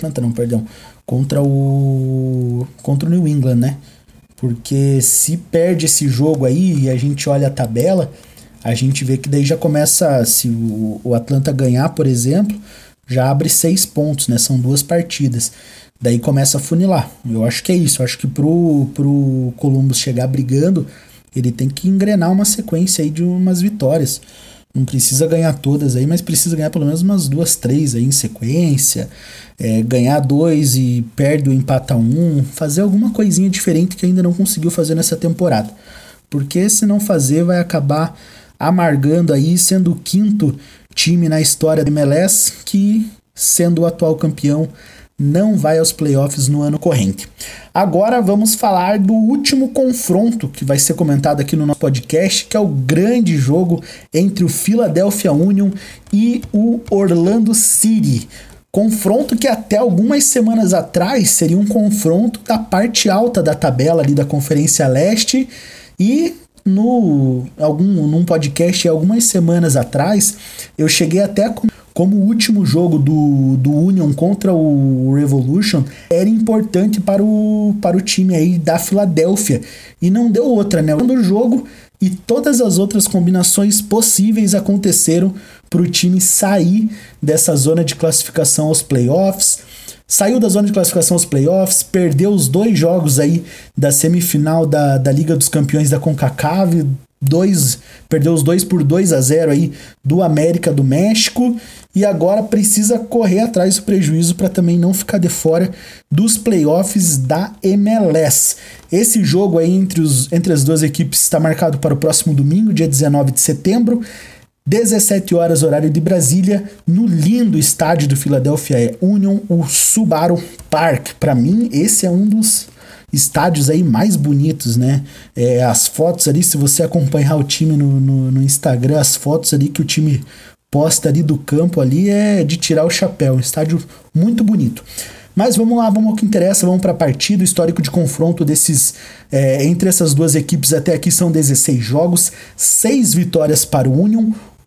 A: o New England, né? Porque se perde esse jogo aí e a gente olha a tabela, a gente vê que daí já começa, se o Atlanta ganhar, por exemplo, já abre 6 pontos, né? São 2 partidas. Daí começa a funilar. Eu acho que é isso. Eu acho que pro Columbus chegar brigando, ele tem que engrenar uma sequência aí de umas vitórias. Não precisa ganhar todas aí, mas precisa ganhar pelo menos umas 2, 3 aí em sequência. Ganhar 2 e perde ou empata 1. Fazer alguma coisinha diferente que ainda não conseguiu fazer nessa temporada. Porque se não fazer, vai acabar amargando aí, sendo o 5º time na história da MLS que, sendo o atual campeão, não vai aos playoffs no ano corrente. Agora vamos falar do último confronto que vai ser comentado aqui no nosso podcast, que é o grande jogo entre o Philadelphia Union e o Orlando City. Confronto que até algumas semanas atrás seria um confronto da parte alta da tabela ali da Conferência Leste, e num podcast algumas semanas atrás eu cheguei até como o último jogo do Union contra o Revolution era importante para o time aí da Filadélfia, e não deu outra, né? O jogo e todas as outras combinações possíveis aconteceram para o time sair dessa zona de classificação aos playoffs. Saiu da zona de classificação aos playoffs, perdeu os 2 jogos aí da semifinal da Liga dos Campeões da CONCACAF, perdeu os dois por 2-0 aí do América do México e agora precisa correr atrás do prejuízo para também não ficar de fora dos playoffs da MLS. Esse jogo aí entre as duas equipes está marcado para o próximo domingo, dia 19 de setembro, 17 horas, horário de Brasília, no lindo estádio do Philadelphia Union, o Subaru Park. Para mim, esse é um dos estádios aí mais bonitos, né? As fotos ali, se você acompanhar o time no Instagram, as fotos ali que o time posta ali do campo ali é de tirar o chapéu. Um estádio muito bonito. Mas vamos lá, vamos ao que interessa, vamos para a partida. O histórico de confronto entre essas duas equipes até aqui são 16 jogos, 6 vitórias para o Union,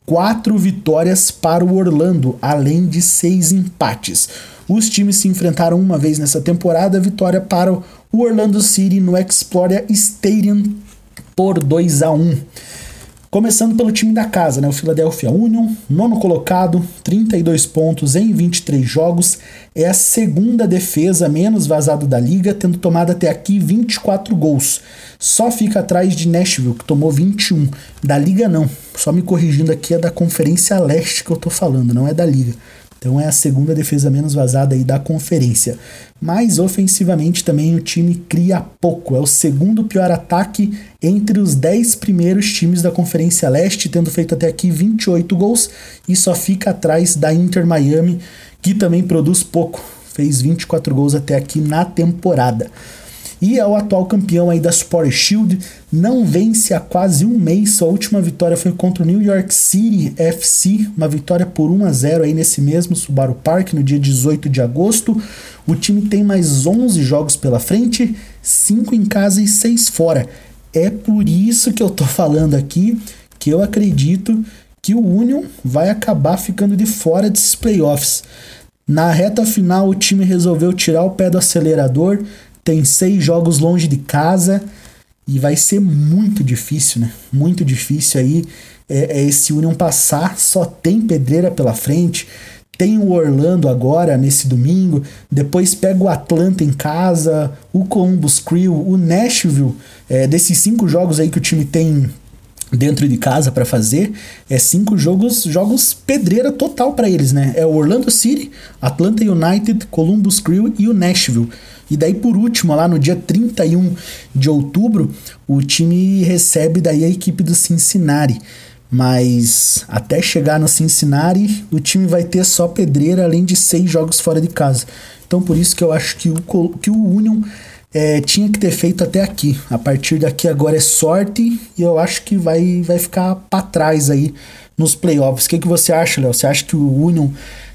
A: 4 vitórias para o Orlando, além de 6 empates. Os times se enfrentaram uma vez nessa temporada, vitória para o Orlando City no Exploria Stadium por 2-1. Começando pelo time da casa, né? O Philadelphia Union, nono colocado, 32 pontos em 23 jogos, é a segunda defesa menos vazada da liga, tendo tomado até aqui 24 gols. Só fica atrás de Nashville, que tomou 21. Da liga não, só me corrigindo aqui, é da Conferência Leste que eu tô falando, não é da liga. Então é a segunda defesa menos vazada aí da conferência. Mas ofensivamente também o time cria pouco. É o segundo pior ataque entre os 10 primeiros times da Conferência Leste, tendo feito até aqui 28 gols. E só fica atrás da Inter Miami, que também produz pouco. Fez 24 gols até aqui na temporada. E é o atual campeão aí da Supporters Shield, não vence há quase um mês, sua última vitória foi contra o New York City FC, uma vitória por 1-0 aí nesse mesmo Subaru Park, no dia 18 de agosto. O time tem mais 11 jogos pela frente, 5 em casa e 6 fora. É por isso que eu tô falando aqui, que eu acredito que o Union vai acabar ficando de fora desses playoffs. Na reta final, o time resolveu tirar o pé do acelerador, tem 6 jogos longe de casa e vai ser muito difícil, né? Muito difícil aí esse Union passar, só tem pedreira pela frente. Tem o Orlando agora, nesse domingo, depois pega o Atlanta em casa, o Columbus Crew, o Nashville, desses 5 jogos aí que o time tem dentro de casa para fazer, 5 jogos pedreira total para eles, né? É o Orlando City, Atlanta United, Columbus Crew e o Nashville. E daí por último, lá no dia 31 de outubro, o time recebe daí a equipe do Cincinnati. Mas até chegar no Cincinnati, o time vai ter só pedreira, além de 6 jogos fora de casa. Então por isso que eu acho que o Union tinha que ter feito até aqui. A partir daqui agora é sorte e eu acho que vai ficar para trás aí nos playoffs. O que você acha, Léo? Você acha que o Union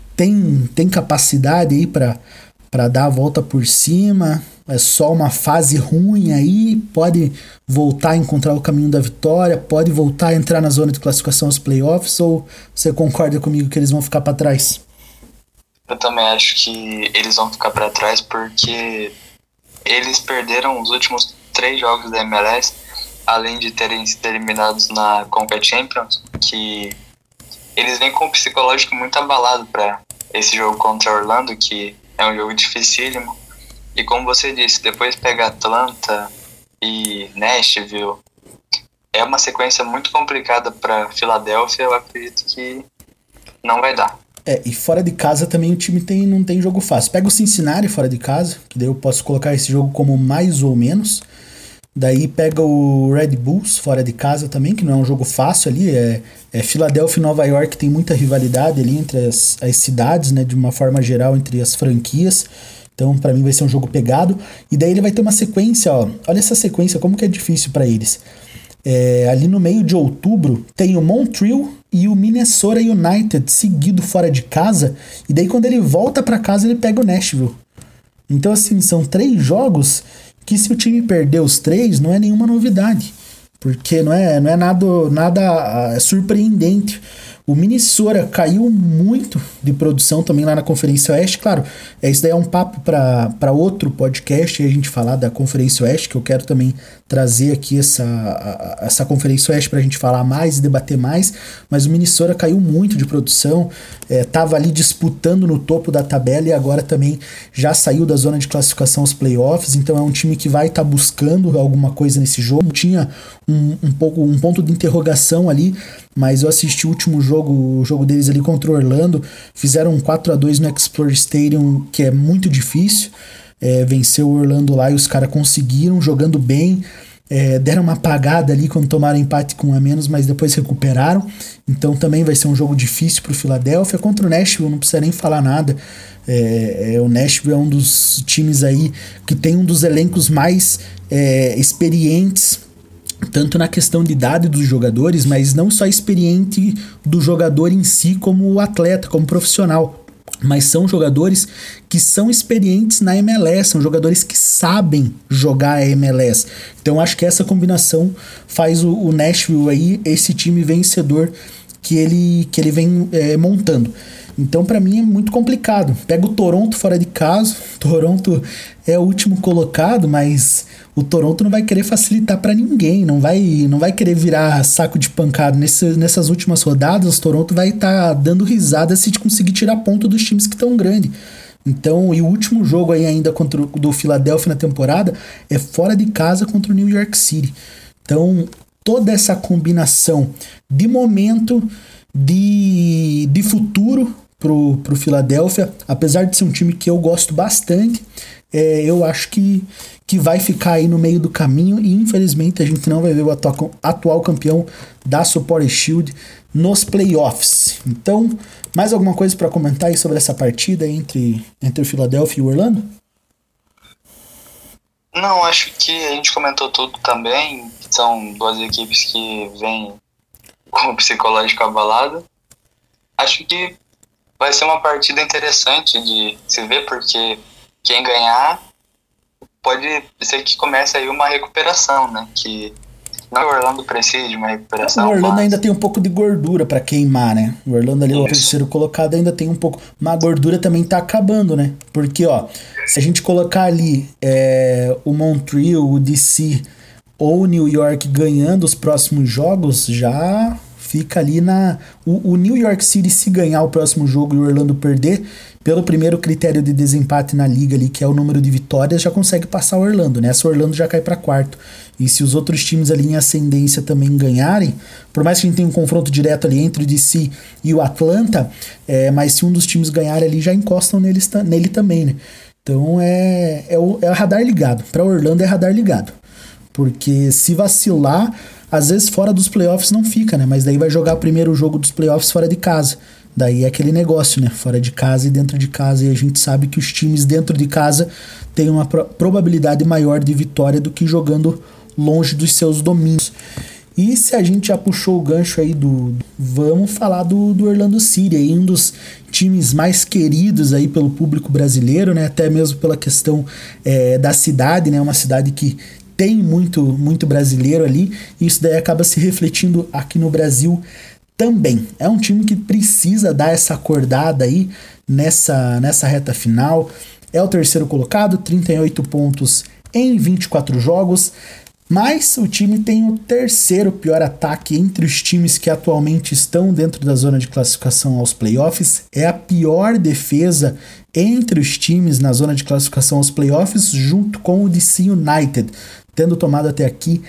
A: tem capacidade aí para dar a volta por cima? É só uma fase ruim aí? Pode voltar a encontrar o caminho da vitória? Pode voltar a entrar na zona de classificação aos playoffs? Ou você concorda comigo que eles vão ficar para trás?
B: Eu também acho que eles vão ficar para trás porque eles perderam os últimos 3 jogos da MLS, além de terem sido eliminados na Conca Champions, que eles vêm com o psicológico muito abalado para esse jogo contra Orlando, que é um jogo dificílimo. E como você disse, depois pega Atlanta e Nashville. É uma sequência muito complicada para Filadélfia, eu acredito que não vai dar.
A: E fora de casa também o time não tem jogo fácil. Pega o Cincinnati fora de casa, que daí eu posso colocar esse jogo como mais ou menos. Daí pega o Red Bulls fora de casa também, que não é um jogo fácil ali. Filadélfia e Nova York tem muita rivalidade ali entre as cidades, né, de uma forma geral, entre as franquias. Então pra mim vai ser um jogo pegado. E daí ele vai ter uma sequência, ó. Olha essa sequência, como que é difícil pra eles. Ali no meio de outubro tem o Montreal e o Minnesota United seguido fora de casa, e daí quando ele volta pra casa ele pega o Nashville. Então assim, são 3 jogos que se o time perder os 3 não é nenhuma novidade, porque não é nada surpreendente. O Minnesota caiu muito de produção também lá na Conferência Oeste. Claro, isso daí é um papo para outro podcast e a gente falar da Conferência Oeste, que eu quero também trazer aqui essa Conferência Oeste para a gente falar mais e debater mais. Mas o Minnesota caiu muito de produção, tava ali disputando no topo da tabela e agora também já saiu da zona de classificação aos playoffs. Então é um time que vai estar buscando alguma coisa nesse jogo. Tinha um ponto de interrogação ali, mas eu assisti o último jogo, o jogo deles ali contra o Orlando, fizeram um 4-2 no Explorer Stadium, que é muito difícil, venceu o Orlando lá e os caras conseguiram, jogando bem, deram uma apagada ali quando tomaram empate com um a menos, mas depois recuperaram, então também vai ser um jogo difícil pro Philadelphia. Contra o Nashville não precisa nem falar nada, o Nashville é um dos times aí que tem um dos elencos mais experientes, tanto na questão de idade dos jogadores, mas não só experiente do jogador em si como atleta, como profissional, mas são jogadores que são experientes na MLS, são jogadores que sabem jogar a MLS. Então acho que essa combinação faz o Nashville aí, esse time vencedor que ele vem montando. Então pra mim é muito complicado. Pega o Toronto fora de casa, Toronto é o último colocado, mas o Toronto não vai querer facilitar pra ninguém, não vai querer virar saco de pancada. Nessas últimas rodadas, o Toronto vai estar dando risada se conseguir tirar ponto dos times que estão grandes. Então, e o último jogo aí ainda contra do Philadelphia na temporada é fora de casa contra o New York City. Então, toda essa combinação de momento, de futuro pro Philadelphia, apesar de ser um time que eu gosto bastante, eu acho que vai ficar aí no meio do caminho e infelizmente a gente não vai ver o atual campeão da Supporter Shield nos playoffs. Então, mais alguma coisa para comentar aí sobre essa partida entre o Philadelphia e o Orlando?
B: Não, acho que a gente comentou tudo também. São duas equipes que vêm com o psicológico abalado. Acho que vai ser uma partida interessante de se ver, porque quem ganhar pode ser que comece aí uma recuperação, né? Que não, o Orlando precisa de uma recuperação.
A: O Orlando ainda tem um pouco de gordura pra queimar, né? O Orlando ali, o terceiro colocado, ainda tem um pouco. Mas a gordura também tá acabando, né? Porque, ó, se a gente colocar ali o Montreal, o DC ou o New York ganhando os próximos jogos, já fica ali na... O New York City, se ganhar o próximo jogo e o Orlando perder, pelo primeiro critério de desempate na liga ali, que é o número de vitórias, já consegue passar o Orlando, né? Se o Orlando já cai para quarto. E se os outros times ali em ascendência também ganharem, por mais que a gente tenha um confronto direto ali entre o DC e o Atlanta, mas se um dos times ganhar ali, já encostam nele também, né? Então é radar ligado. Para Orlando é radar ligado. Porque se vacilar, às vezes fora dos playoffs não fica, né? Mas daí vai jogar o primeiro jogo dos playoffs fora de casa. Daí é aquele negócio, né? Fora de casa e dentro de casa. E a gente sabe que os times dentro de casa têm uma probabilidade maior de vitória do que jogando longe dos seus domínios. E se a gente já puxou o gancho aí vamos falar do Orlando City, aí um dos times mais queridos aí pelo público brasileiro, né? Até mesmo pela questão da cidade, né? Uma cidade que tem muito brasileiro ali, e isso daí acaba se refletindo aqui no Brasil também. É um time que precisa dar essa acordada aí nessa reta final. É o terceiro colocado, 38 pontos em 24 jogos, mas o time tem o terceiro pior ataque entre os times que atualmente estão dentro da zona de classificação aos playoffs. É a pior defesa entre os times na zona de classificação aos playoffs, junto com o DC United, tendo tomado até aqui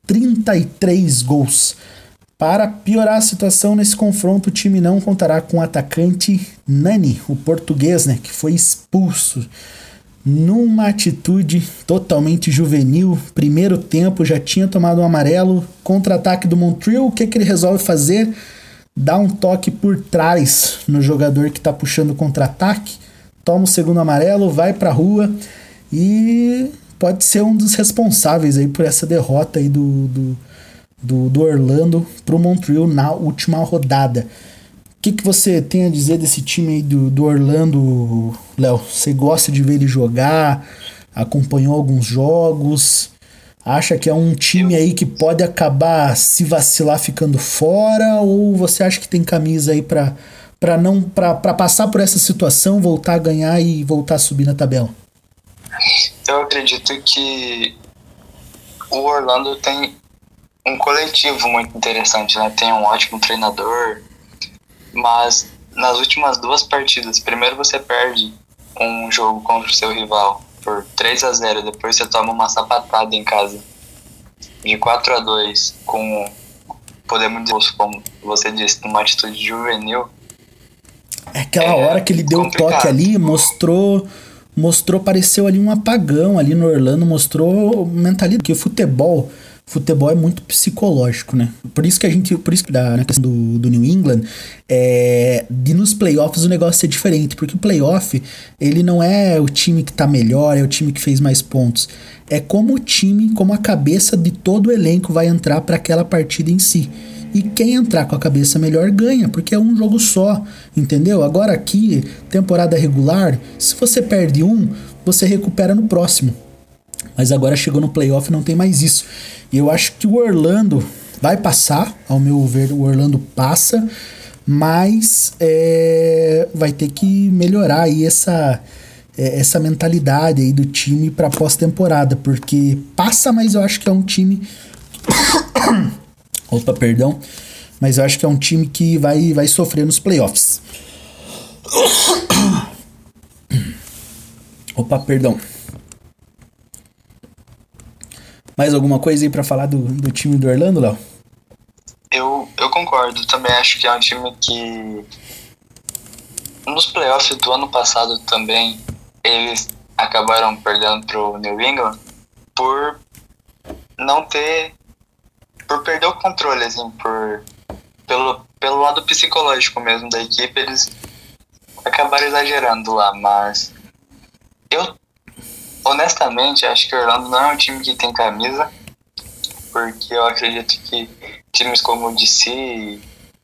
A: 33 gols. Para piorar a situação nesse confronto, o time não contará com o atacante Nani, o português, né, que foi expulso numa atitude totalmente juvenil. Primeiro tempo, já tinha tomado um amarelo. Contra-ataque do Montreal, o que ele resolve fazer? Dá um toque por trás no jogador que está puxando o contra-ataque, toma o segundo amarelo, vai pra rua e pode ser um dos responsáveis aí por essa derrota aí do Orlando pro Montreal na última rodada. O que você tem a dizer desse time aí do Orlando, Léo? Você gosta de ver ele jogar? Acompanhou alguns jogos? Acha que é um time aí que pode acabar, se vacilar, ficando fora? Ou você acha que tem camisa aí pra passar por essa situação, voltar a ganhar e voltar a subir na tabela?
B: Eu acredito que o Orlando tem um coletivo muito interessante, né? Tem um ótimo treinador, mas nas últimas 2 partidas, primeiro você perde um jogo contra o seu rival por 3-0, depois você toma uma sapatada em casa de 4-2 com, podemos dizer, como você disse, uma atitude juvenil.
A: É aquela hora que ele deu o toque ali, mostrou, pareceu ali um apagão ali no Orlando, mostrou mentalidade, porque futebol é muito psicológico, né? Por isso que na questão do New England, nos playoffs o negócio é diferente, porque o playoff, ele não é o time que tá melhor, é o time que fez mais pontos. É como o time, como a cabeça de todo o elenco vai entrar para aquela partida em si. E quem entrar com a cabeça melhor ganha, porque é um jogo só, entendeu? Agora aqui, temporada regular, se você perde um, você recupera no próximo. Mas agora chegou no playoff, não tem mais isso. E eu acho que o Orlando vai passar, ao meu ver, o Orlando passa, mas vai ter que melhorar aí essa mentalidade aí do time para pós-temporada, porque passa, mas eu acho que é um time... Opa, perdão. Mas eu acho que é um time que vai sofrer nos playoffs. Opa, perdão. Mais alguma coisa aí pra falar do time do Orlando, Léo?
B: Eu concordo. Também acho que é um time que... Nos playoffs do ano passado também, eles acabaram perdendo pro New England por não ter... Por perder o controle, assim, pelo lado psicológico mesmo da equipe, eles acabaram exagerando lá, mas eu honestamente acho que o Orlando não é um time que tem camisa, porque eu acredito que times como o DC,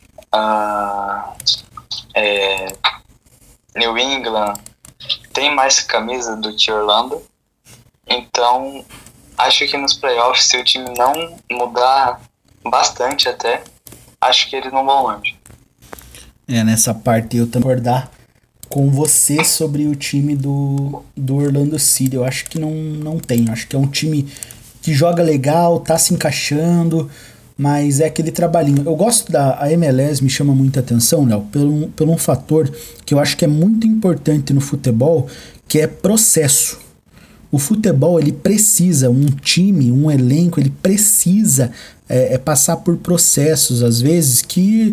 B: New England, tem mais camisa do que Orlando, então acho que nos playoffs, se o time não mudar bastante até, acho que eles não vão longe.
A: Nessa parte eu também concordar com você sobre o time do Orlando City. Eu acho que não tem. Eu acho que é um time que joga legal, tá se encaixando, mas é aquele trabalhinho. Eu gosto a MLS, me chama muita atenção, Léo, pelo um fator que eu acho que é muito importante no futebol, que é processo. O futebol, ele precisa, um time, um elenco, ele precisa passar por processos, às vezes, que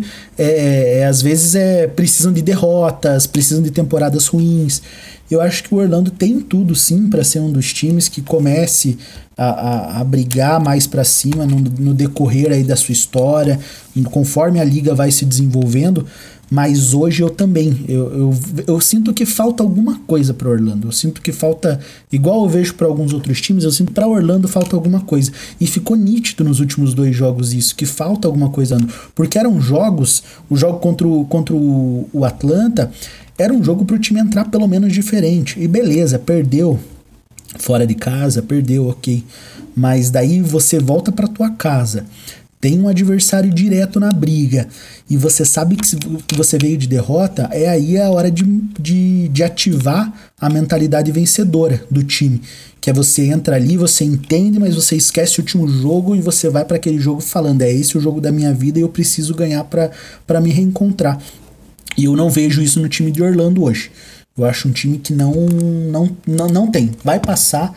A: precisam de derrotas, precisam de temporadas ruins. Eu acho que o Orlando tem tudo, sim, para ser um dos times que comece a brigar mais para cima no decorrer aí da sua história, conforme a liga vai se desenvolvendo. Mas hoje eu também, eu sinto que falta alguma coisa para Orlando. Eu sinto que falta, igual eu vejo para alguns outros times, eu sinto que para Orlando falta alguma coisa. E ficou nítido nos últimos 2 jogos isso, que falta alguma coisa. Porque eram jogos, o jogo contra o Atlanta, era um jogo para o time entrar pelo menos diferente. E beleza, perdeu fora de casa, perdeu, ok. Mas daí você volta para tua casa, tem um adversário direto na briga, e você sabe que você veio de derrota, aí é a hora de ativar a mentalidade vencedora do time, que é você entra ali, você entende, mas você esquece o último jogo e você vai para aquele jogo falando, esse o jogo da minha vida e eu preciso ganhar para me reencontrar. E eu não vejo isso no time de Orlando hoje. Eu acho um time que não tem. Vai passar,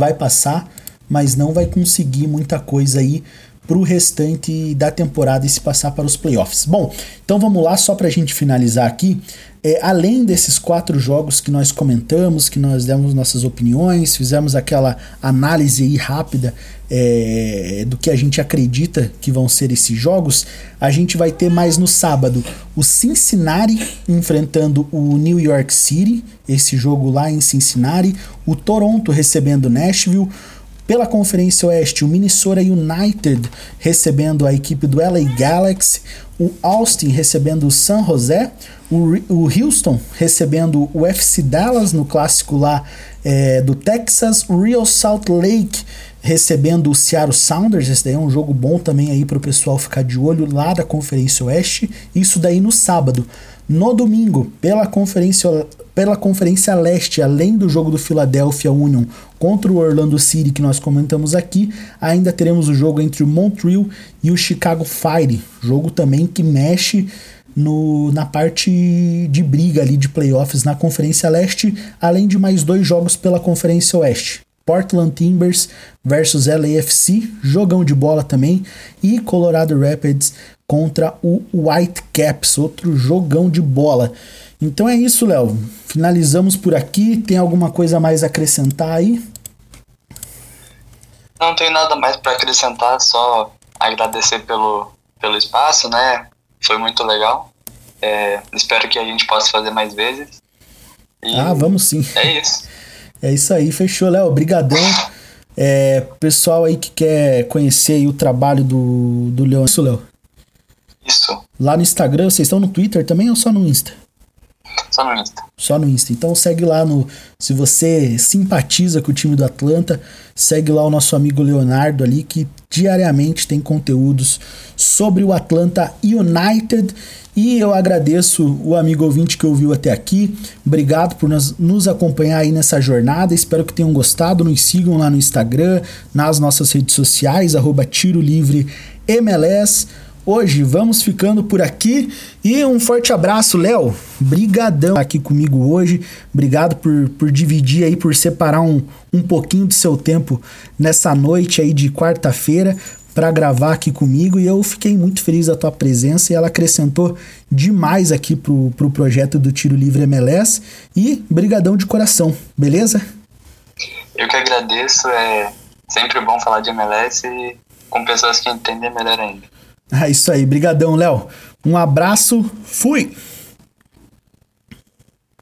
A: mas não vai conseguir muita coisa aí pro restante da temporada e se passar para os playoffs. Bom, então vamos lá, só pra gente finalizar aqui. Além desses 4 jogos que nós comentamos, que nós demos nossas opiniões, fizemos aquela análise aí rápida do que a gente acredita que vão ser esses jogos, a gente vai ter mais no sábado o Cincinnati enfrentando o New York City, esse jogo lá em Cincinnati, o Toronto recebendo o Nashville. Pela Conferência Oeste, o Minnesota United recebendo a equipe do LA Galaxy, o Austin recebendo o San José, o Houston recebendo o FC Dallas no clássico lá do Texas, o Real Salt Lake recebendo o Seattle Sounders. Esse daí é um jogo bom também aí para o pessoal ficar de olho lá da Conferência Oeste. Isso daí no sábado. No domingo, pela Conferência Leste, além do jogo do Philadelphia Union contra o Orlando City que nós comentamos aqui, ainda teremos o jogo entre o Montreal e o Chicago Fire. Jogo também que mexe na parte de briga ali de playoffs na Conferência Leste, além de mais 2 jogos pela Conferência Oeste. Portland Timbers versus LAFC, jogão de bola também, e Colorado Rapids contra o Whitecaps, outro jogão de bola. Então é isso, Léo. Finalizamos por aqui. Tem alguma coisa a mais a acrescentar aí?
B: Não tenho nada mais para acrescentar, só agradecer pelo espaço, né? Foi muito legal. Espero que a gente possa fazer mais vezes.
A: Vamos sim.
B: É isso.
A: É isso aí, fechou, Léo. Obrigadão. Pessoal aí que quer conhecer aí o trabalho do Leon. Isso, Léo?
B: Isso.
A: Lá no Instagram, vocês estão no Twitter também ou só no Insta?
B: Só no Insta.
A: Só no Insta. Então segue lá se você simpatiza com o time do Atlanta, segue lá o nosso amigo Leonardo ali, que diariamente tem conteúdos sobre o Atlanta United. E eu agradeço o amigo ouvinte que ouviu até aqui. Obrigado por nos acompanhar aí nessa jornada. Espero que tenham gostado. Nos sigam lá no Instagram, nas nossas redes sociais, @TiroLivreMLS. Hoje vamos ficando por aqui e um forte abraço, Léo. Brigadão aqui comigo hoje. Obrigado por dividir aí, por separar um pouquinho de seu tempo nessa noite aí de quarta-feira para gravar aqui comigo, e eu fiquei muito feliz da tua presença e ela acrescentou demais aqui pro projeto do Tiro Livre MLS, e brigadão de coração, beleza?
B: Eu que agradeço, é sempre bom falar de MLS e com pessoas que entendem melhor ainda.
A: Isso aí, brigadão, Léo. Um abraço, fui!